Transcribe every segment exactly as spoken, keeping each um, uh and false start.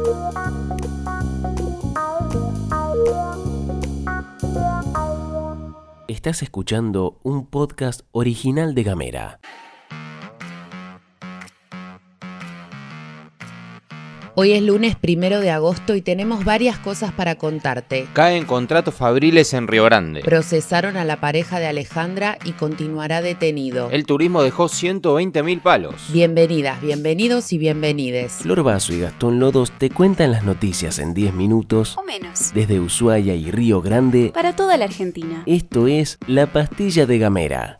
Estás escuchando un podcast original de Gamera. Hoy es lunes primero de agosto y tenemos varias cosas para contarte. Caen contratos fabriles en Río Grande. Procesaron a la pareja de Alejandra y continuará detenido. El turismo dejó ciento veinte mil palos. Bienvenidas, bienvenidos y bienvenides. Flor Basso y Gastón Lodos te cuentan las noticias en diez minutos o menos. Desde Ushuaia y Río Grande para toda la Argentina. Esto es La Pastilla de Gamera.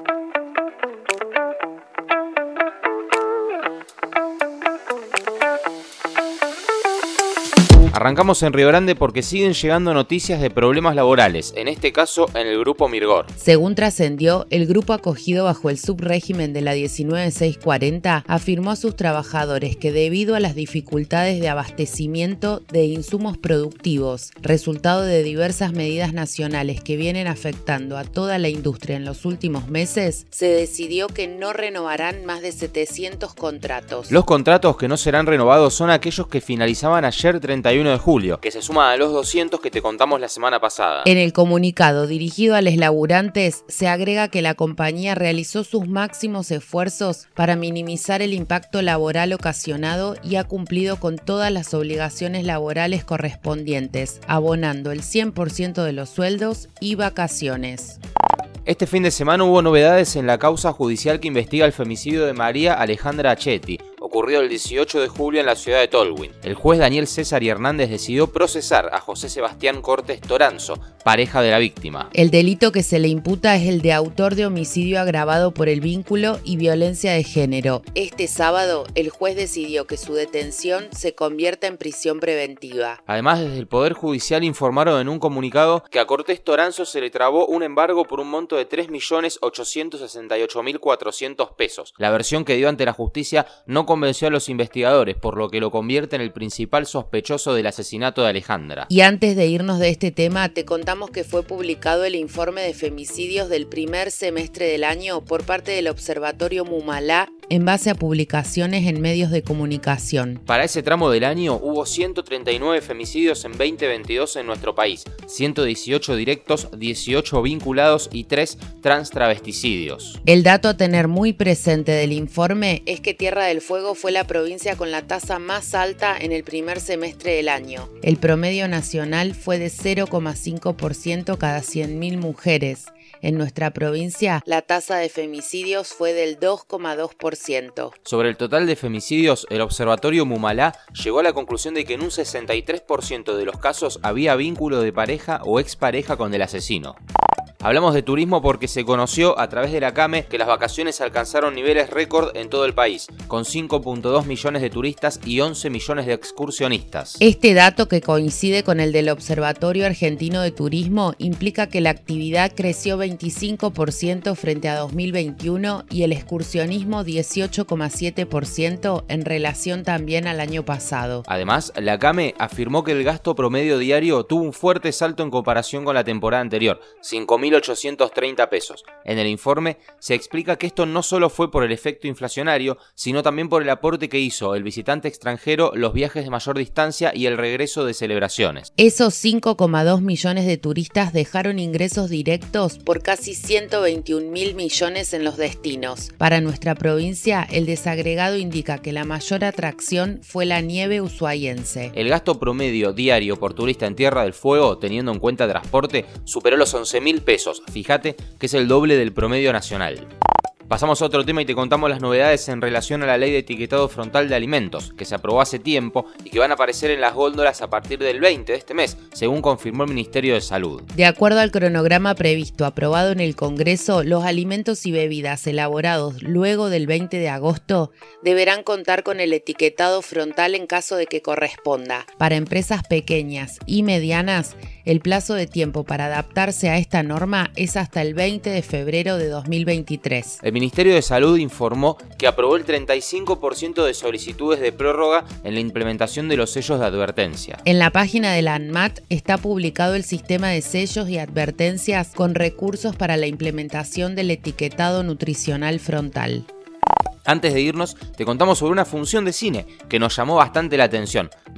Arrancamos en Río Grande porque siguen llegando noticias de problemas laborales, en este caso en el Grupo Mirgor. Según trascendió, el grupo acogido bajo el subrégimen de la diecinueve mil seiscientos cuarenta afirmó a sus trabajadores que debido a las dificultades de abastecimiento de insumos productivos, resultado de diversas medidas nacionales que vienen afectando a toda la industria en los últimos meses, se decidió que no renovarán más de setecientos contratos. Los contratos que no serán renovados son aquellos que finalizaban ayer treinta y uno de julio, que se suman a los doscientos que te contamos la semana pasada. En el comunicado dirigido a los laburantes se agrega que la compañía realizó sus máximos esfuerzos para minimizar el impacto laboral ocasionado y ha cumplido con todas las obligaciones laborales correspondientes, abonando el cien por ciento de los sueldos y vacaciones. Este fin de semana hubo novedades en la causa judicial que investiga el femicidio de María Alejandra Achetti, ocurrido el dieciocho de julio en la ciudad de Tolwyn. El juez Daniel César y Hernández decidió procesar a José Sebastián Cortés Toranzo, pareja de la víctima. El delito que se le imputa es el de autor de homicidio agravado por el vínculo y violencia de género. Este sábado, el juez decidió que su detención se convierta en prisión preventiva. Además, desde el Poder Judicial informaron en un comunicado que a Cortés Toranzo se le trabó un embargo por un monto de tres millones ochocientos sesenta y ocho mil cuatrocientos pesos. La versión que dio ante la justicia no convenció a los investigadores, por lo que lo convierte en el principal sospechoso del asesinato de Alejandra. Y antes de irnos de este tema, te contamos que fue publicado el informe de femicidios del primer semestre del año por parte del Observatorio Mumalá en base a publicaciones en medios de comunicación. Para ese tramo del año hubo ciento treinta y nueve femicidios en veinte veintidós en nuestro país, ciento dieciocho directos, dieciocho vinculados y tres transtravesticidios. El dato a tener muy presente del informe es que Tierra del Fuego fue la provincia con la tasa más alta en el primer semestre del año. El promedio nacional fue de cero coma cinco por ciento cada cien mil mujeres. En nuestra provincia, la tasa de femicidios fue del dos coma dos por ciento. Sobre el total de femicidios, el Observatorio Mumalá llegó a la conclusión de que en un sesenta y tres por ciento de los casos había vínculo de pareja o expareja con el asesino. Hablamos de turismo porque se conoció a través de la CAME que las vacaciones alcanzaron niveles récord en todo el país, con cinco punto dos millones de turistas y once millones de excursionistas. Este dato, que coincide con el del Observatorio Argentino de Turismo, implica que la actividad creció veinticinco por ciento frente a dos mil veintiuno y el excursionismo dieciocho coma siete por ciento en relación también al año pasado. Además, la CAME afirmó que el gasto promedio diario tuvo un fuerte salto en comparación con la temporada anterior, cinco mil ochocientos treinta pesos. En el informe se explica que esto no solo fue por el efecto inflacionario, sino también por el aporte que hizo el visitante extranjero, los viajes de mayor distancia y el regreso de celebraciones. Esos cinco coma dos millones de turistas dejaron ingresos directos por casi ciento veintiún mil millones en los destinos. Para nuestra provincia, el desagregado indica que la mayor atracción fue la nieve ushuaiense. El gasto promedio diario por turista en Tierra del Fuego, teniendo en cuenta transporte, superó los once mil pesos. Fíjate que es el doble del promedio nacional. Pasamos a otro tema y te contamos las novedades en relación a la ley de etiquetado frontal de alimentos, que se aprobó hace tiempo y que van a aparecer en las góndolas a partir del veinte de este mes, según confirmó el Ministerio de Salud. De acuerdo al cronograma previsto aprobado en el Congreso, los alimentos y bebidas elaborados luego del veinte de agosto deberán contar con el etiquetado frontal en caso de que corresponda. Para empresas pequeñas y medianas, el plazo de tiempo para adaptarse a esta norma es hasta el veinte de febrero de dos mil veintitrés. El Ministerio de Salud informó que aprobó el treinta y cinco por ciento de solicitudes de prórroga en la implementación de los sellos de advertencia. En la página de la ANMAT está publicado el sistema de sellos y advertencias con recursos para la implementación del etiquetado nutricional frontal. Antes de irnos, te contamos sobre una función de cine que nos llamó bastante la atención.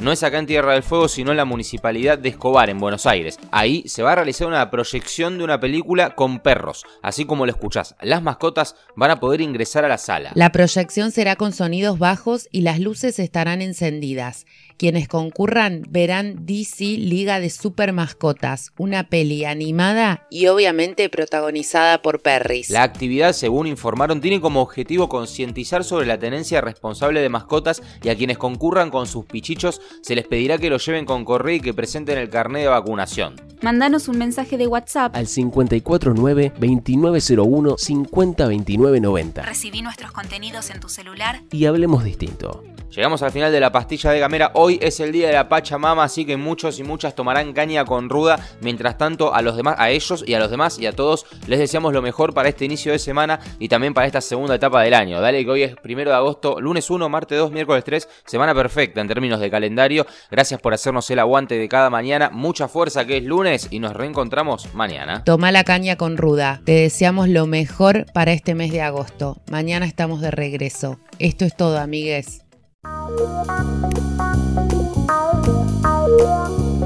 No es acá en Tierra del Fuego, sino en la Municipalidad de Escobar, en Buenos Aires. Ahí se va a realizar una proyección de una película con perros. Así como lo escuchás, las mascotas van a poder ingresar a la sala. La proyección será con sonidos bajos y las luces estarán encendidas. Quienes concurran verán D C Liga de Super Mascotas, una peli animada y obviamente protagonizada por perris. La actividad, según informaron, tiene como objetivo concientizar sobre la tenencia responsable de mascotas, y a quienes concurran con sus pichichos se les pedirá que los lleven con correa y que presenten el carnet de vacunación. Mándanos un mensaje de WhatsApp al cincuenta y cuatro nueve, veintinueve cero uno, cincuenta veintinueve noventa. Recibí nuestros contenidos en tu celular y hablemos distinto. Llegamos al final de la pastilla de Gamera. Hoy es el día de la Pachamama, así que muchos y muchas tomarán caña con ruda. Mientras tanto, a los demás, a ellos y a los demás y a todos les deseamos lo mejor para este inicio de semana y también para esta segunda etapa del año. Dale que hoy es primero de agosto, lunes uno, martes dos, miércoles tres, semana perfecta en términos de calendario. Gracias por hacernos el aguante de cada mañana. Mucha fuerza que es lunes y nos reencontramos mañana. Toma la caña con ruda. Te deseamos lo mejor para este mes de agosto. Mañana estamos de regreso. Esto es todo, amigues.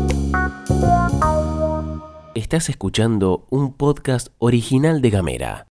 Estás escuchando un podcast original de Gamera.